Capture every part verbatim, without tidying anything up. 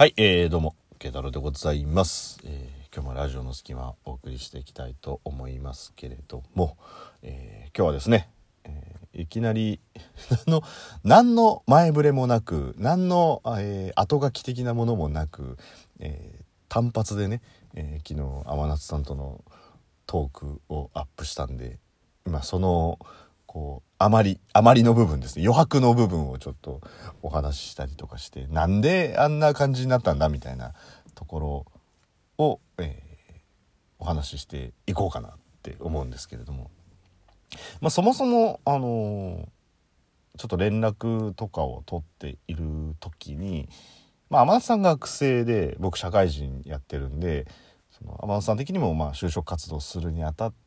はい、えー、どうも慶太郎でございます、えー、今日もラジオの隙間をお送りしていきたいと思いますけれども、えー、今日はですね、えー、いきなり何の何の前触れもなく何の、えー、後書き的なものもなく、えー、単発でね、えー、昨日天夏さんとのトークをアップしたんで、今そのこうあまりあまりの部分ですね、余白の部分をちょっとお話ししたりとかして、なんであんな感じになったんだみたいなところを、えー、お話ししていこうかなって思うんですけれども、まあ、そもそもあのー、ちょっと連絡とかを取っている時に、まあ、天夏さんが学生で僕社会人やってるんで、その天夏さん的にもまあ就職活動するにあたって、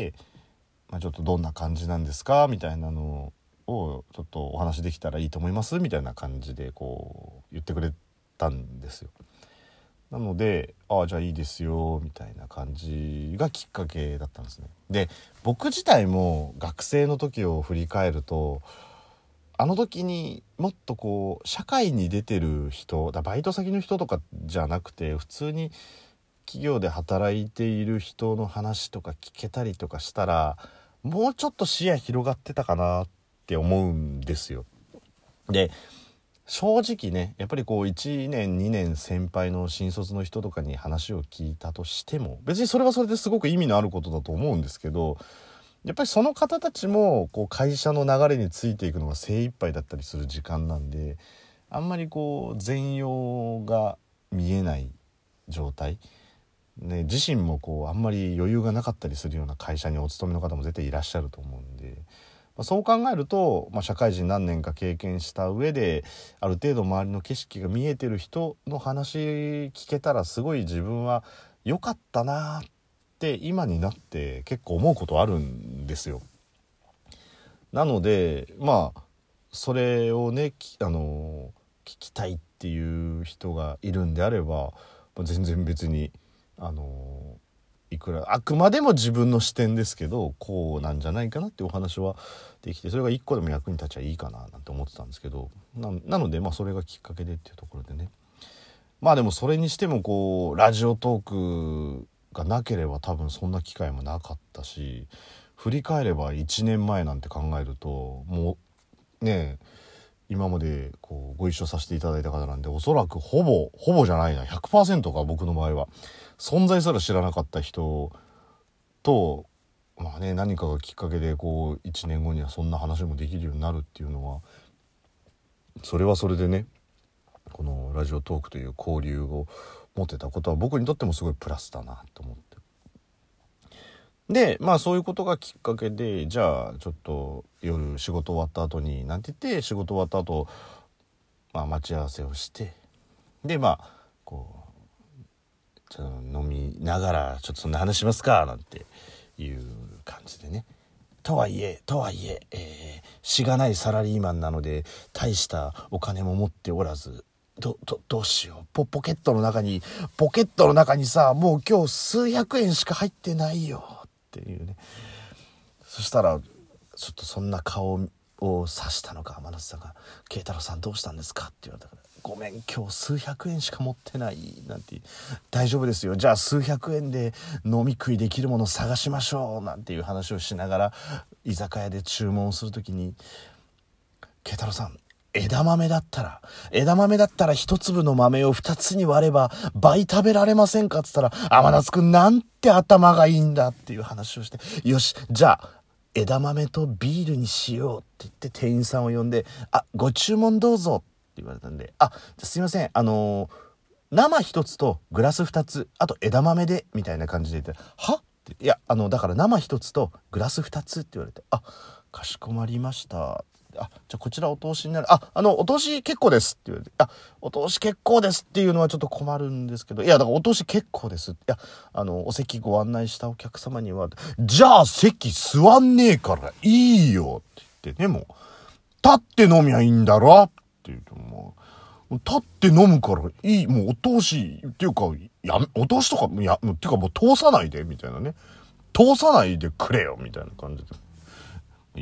まあ、ちょっとどんな感じなんですかみたいなのをちょっとお話できたらいいと思いますみたいな感じでこう言ってくれたんですよ。なので、ああじゃあいいですよみたいな感じがきっかけだったんですね。で、僕自体も学生の時を振り返ると、あの時にもっとこう社会に出てる人だ、バイト先の人とかじゃなくて普通に企業で働いている人の話とか聞けたりとかしたら、もうちょっと視野広がってたかなって思うんですよ。で、正直ね、やっぱりこういちねんにねん先輩の新卒の人とかに話を聞いたとしても、別にそれはそれですごく意味のあることだと思うんですけど、やっぱりその方たちもこう会社の流れについていくのが精一杯だったりする時間なんで、あんまりこう全容が見えない状態ね、自身もこうあんまり余裕がなかったりするような会社にお勤めの方も絶対いらっしゃると思うんで、まあ、そう考えると、まあ、社会人何年か経験した上である程度周りの景色が見えてる人の話聞けたらすごい自分は良かったなって今になって結構思うことあるんですよ。なのでまあそれをねあの聞きたいっていう人がいるんであれば、まあ、全然別にあのいくらあくまでも自分の視点ですけどこうなんじゃないかなっていうお話はできて、それが一個でも役に立ちゃいいかななんて思ってたんですけど、 な, なのでまあそれがきっかけでっていうところでね、まあでもそれにしてもこうラジオトークがなければ多分そんな機会もなかったし、振り返ればいちねんまえなんて考えるともうねえ今までこうご一緒させていただいた方なんで、おそらくほぼほぼじゃないな ひゃくパーセント が僕の場合は存在すら知らなかった人と、まあね、何かがきっかけでこういちねんごにはそんな話もできるようになるっていうのは、それはそれでね、このラジオトークという交流を持てたことは僕にとってもすごいプラスだなと思って、でまあそういうことがきっかけで、じゃあちょっと夜仕事終わった後になんて言って仕事終わった後、まあ、待ち合わせをして、でまあこうちょっと飲みながらちょっとそんな話しますかなんていう感じでね、とはいえとはいええー、しがないサラリーマンなので大したお金も持っておらず、どどどうしよう、ポポケットの中にポケットの中にさ、もう今日数百円しか入ってないよっていうね。そしたらちょっとそんな顔をさしたのか天夏さんが、慶太郎さんどうしたんですかって言われたから、ごめん今日数百円しか持ってないなんて、大丈夫ですよ、じゃあ数百円で飲み食いできるものを探しましょうなんていう話をしながら居酒屋で注文するときに、慶太郎さん枝豆だったら枝豆だったら一粒の豆を二つに割れば倍食べられませんかって言ったら、天夏くんなんて頭がいいんだっていう話をして、よしじゃあ枝豆とビールにしようって言って店員さんを呼んで、あご注文どうぞって言われたんで、あすいませんあのー、生一つとグラス二つあと枝豆でみたいな感じで言って、はっていやあのだから生一つとグラス二つって言われて、あかしこまりました、あじゃあこちらお通しになる、ああのお通し結構ですって言われて、あお通し結構ですっていうのはちょっと困るんですけど、いやだからお通し結構です、いやあのお席ご案内したお客様には、じゃあ席座んねえからいいよって言ってね、もう立って飲みゃいいんだろって言うと、もう立って飲むからいい、もうお通しっていうかやお通しとかやっていうかもう通さないでみたいなね、通さないでくれよみたいな感じで言って 、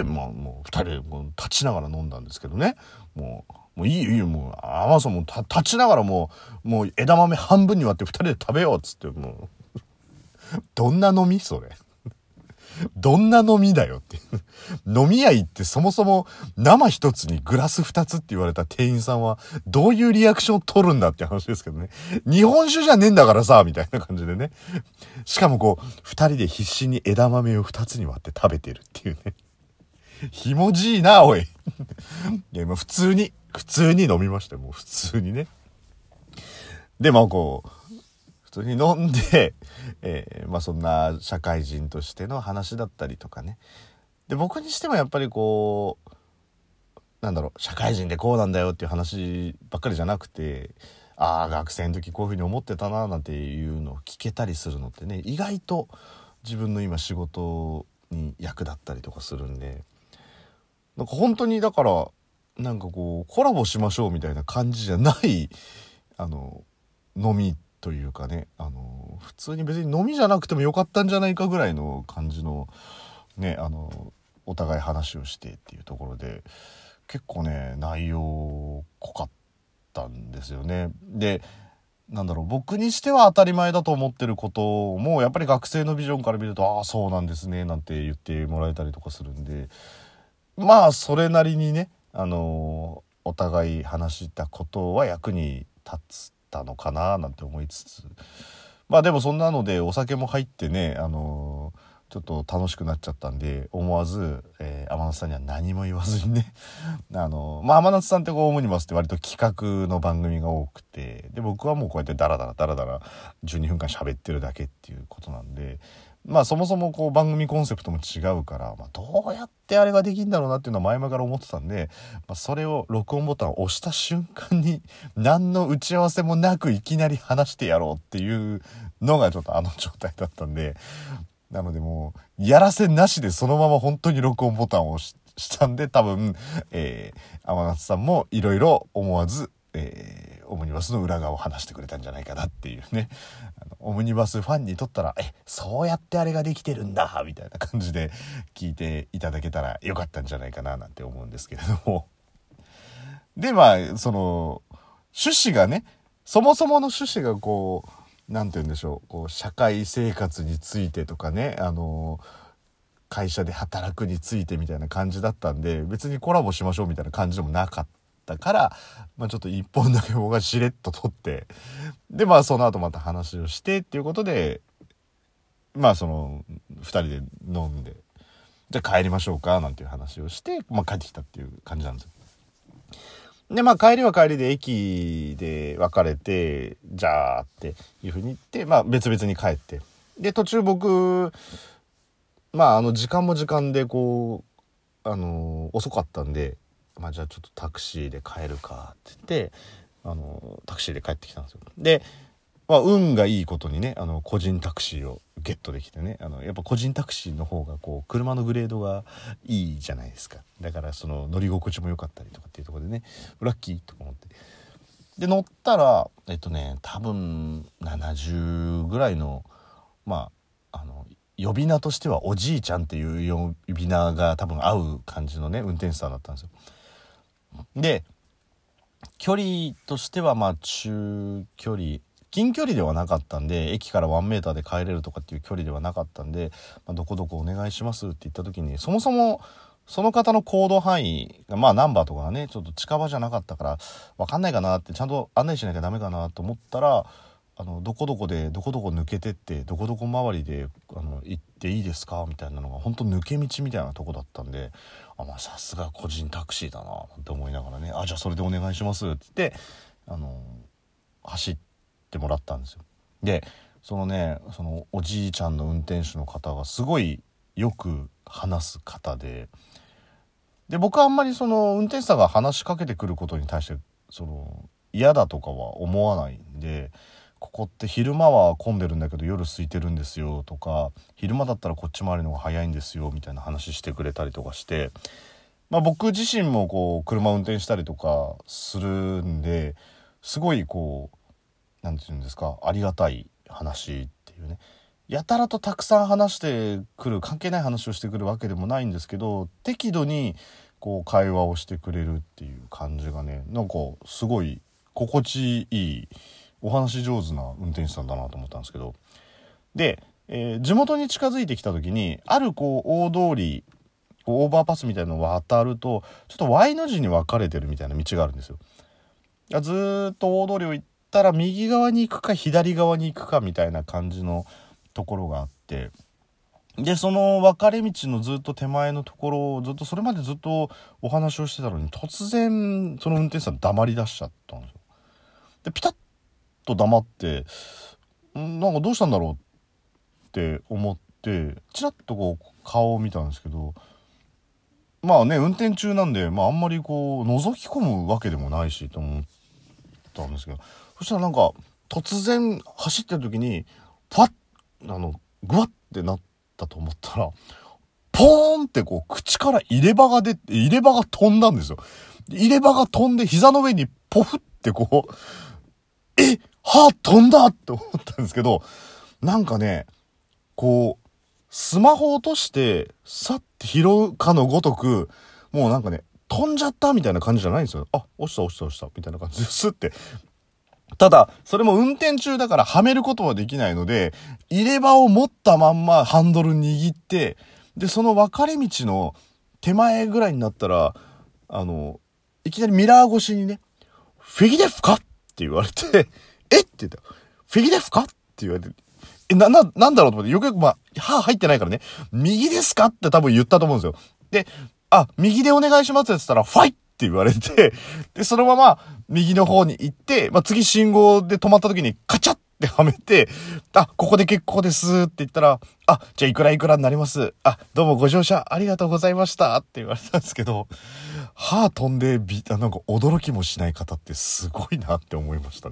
まあ、もうふたりでもう立ちながら飲んだんですけどね、もうもういいよいいよ、もうアマゾンもた立ちながらもうもう枝豆半分に割ってふたりで食べようっつって、もうどんな飲みそれどんな飲みだよって飲み屋行ってそもそも生一つにグラス二つって言われた店員さんはどういうリアクションを取るんだって話ですけどね。日本酒じゃねえんだからさみたいな感じでね。しかもこう二人で必死に枝豆を二つに割って食べてるっていうね。ひもじいなおいいや今普通に普通に飲みましたよ、もう普通にね。でまあこう普通に飲んで、えー、まあそんな社会人としての話だったりとかね。で僕にしてもやっぱりこうなんだろう、社会人でこうなんだよっていう話ばっかりじゃなくて、ああ学生の時こういうふうに思ってたななんていうのを聞けたりするのってね、意外と自分の今仕事に役立ったりとかするんで、なんか本当にだからなんかこうコラボしましょうみたいな感じじゃないあの飲みというかね、あの普通に別に飲みじゃなくてもよかったんじゃないかぐらいの感じのね、あのお互い話をしてっていうところで結構ね内容濃かったんですよね。でなんだろう、僕にしては当たり前だと思ってることもやっぱり学生のビジョンから見ると、ああそうなんですねなんて言ってもらえたりとかするんで、まあそれなりにね、あのお互い話したことは役に立ったのかななんて思いつつ、まあでもそんなのでお酒も入ってね、あのちょっと楽しくなっちゃったんで思わず、えー、天夏さんには何も言わずにねあのまあ天夏さんってこうオムニバスって割と企画の番組が多くて、で僕はもうこうやってダラダラダラダラじゅうにふんかん喋ってるだけっていうことなんで、まあそもそもこう番組コンセプトも違うから、まあ、どうやってあれができるんだろうなっていうのは前々から思ってたんで、まあ、それを録音ボタンを押した瞬間に何の打ち合わせもなくいきなり話してやろうっていうのがちょっとあの状態だったんで、なのでもうやらせなしでそのまま本当に録音ボタンを押ししたんで、多分、えー、天夏さんもいろいろ思わず、えー、オムニバスの裏側を話してくれたんじゃないかなっていうね、あのオムニバスファンにとったら、えそうやってあれができてるんだみたいな感じで聞いていただけたらよかったんじゃないかななんて思うんですけれども、でまあその趣旨がね、そもそもの趣旨がこうなんて言うんでしょう、こう社会生活についてとかね、あの会社で働くについてみたいな感じだったんで、別にコラボしましょうみたいな感じでもなかったから、まあ、ちょっと一本だけ僕がしれっと撮って、でまあその後また話をしてっていうことで、まあそのふたりで飲んで、じゃあ帰りましょうかなんていう話をして、まあ、帰ってきたっていう感じなんですよ。でまあ帰りは帰りで駅で別れて、じゃあっていう風に言って、まあ別々に帰って、で途中僕まああの時間も時間でこうあのー、遅かったんで、まあじゃあちょっとタクシーで帰るかって言って、あのー、タクシーで帰ってきたんですよ。でまあ運がいいことにね、あの個人タクシーをゲットできてね、あのやっぱ個人タクシーの方がこう車のグレードがいいじゃないですか。だからその乗り心地も良かったりとかっていうところでね、ラッキーとか思って、で乗ったらえっとね多分ななじゅうぐらいのまああの呼び名としてはおじいちゃんっていう呼び名が多分合う感じのね運転手さんだったんですよ。で距離としてはまあ中距離近距離ではなかったんで、駅からワンメーターで帰れるとかっていう距離ではなかったんで、まあ、どこどこお願いしますって言った時に、そもそもその方の行動範囲がまあナンバーとかがねちょっと近場じゃなかったから分かんないかなって、ちゃんと案内しなきゃダメかなと思ったら、あのどこどこでどこどこ抜けてってどこどこ周りであの行っていいですかみたいなのが本当抜け道みたいなとこだったんで、あまあさすが個人タクシーだなって思いながらね、あじゃあそれでお願いしますって言ってあの走ってもらったんですよ。でそのねそのおじいちゃんの運転手の方がすごいよく話す方で、で僕はあんまりその運転手さんが話しかけてくることに対してその嫌だとかは思わないんで、ここって昼間は混んでるんだけど夜空いてるんですよとか、昼間だったらこっち回りの方が早いんですよみたいな話してくれたりとかして、まあ、僕自身もこう車運転したりとかするんですごいこうなんていうんですか、ありがたい話っていうね、 やたらとたくさん話してくる、関係ない話をしてくるわけでもないんですけど、適度にこう会話をしてくれるっていう感じがね、なんかすごい心地いい、お話上手な運転手さんだなと思ったんですけど、で、えー地元に近づいてきた時にあるこう大通り、こうオーバーパスみたいなのを渡るとちょっと Y の字に分かれてるみたいな道があるんですよ。ずーっと大通りを行ったら右側に行くか左側に行くかみたいな感じのところがあって、でその分かれ道のずっと手前のところをずっとそれまでずっとお話をしてたのに、突然その運転手さん黙り出しちゃったんですよ。でピタッと黙って、んなんかどうしたんだろうって思ってチラッとこう顔を見たんですけど、まあね運転中なんで、まあ、あんまりこう覗き込むわけでもないしと思ったんですけど、そしたらなんか突然走ってる時にファッあのグワッってなったと思ったら、ポーンってこう口から入れ歯が出て、入れ歯が飛んだんですよ。入れ歯が飛んで膝の上にポフってこう、え歯飛んだって思ったんですけど、なんかねこうスマホ落としてさって拾うかのごとく、もうなんかね飛んじゃったみたいな感じじゃないんですよ。あ、落ちた落ちた落ちたみたいな感じですって。ただそれも運転中だからはめることはできないので、入れ歯を持ったまんまハンドル握って、でその分かれ道の手前ぐらいになったら、あのいきなりミラー越しにね、フィギデフかって言われてえって言った。フィギデフかって言われて、え、な、な、なんだろうと思って、よくよく、まあ、歯入ってないからね、右ですかって多分言ったと思うんですよ。で、あ、右でお願いしますって言ったら、ファイって言われて、で、そのまま右の方に行って、まあ、次信号で止まった時にカチャってはめて、あ、ここで結構ですって言ったら、あ、じゃあいくらいくらになります。あ、どうもご乗車ありがとうございましたって言われたんですけど、歯飛んでび、なんか驚きもしない方ってすごいなって思いましたね。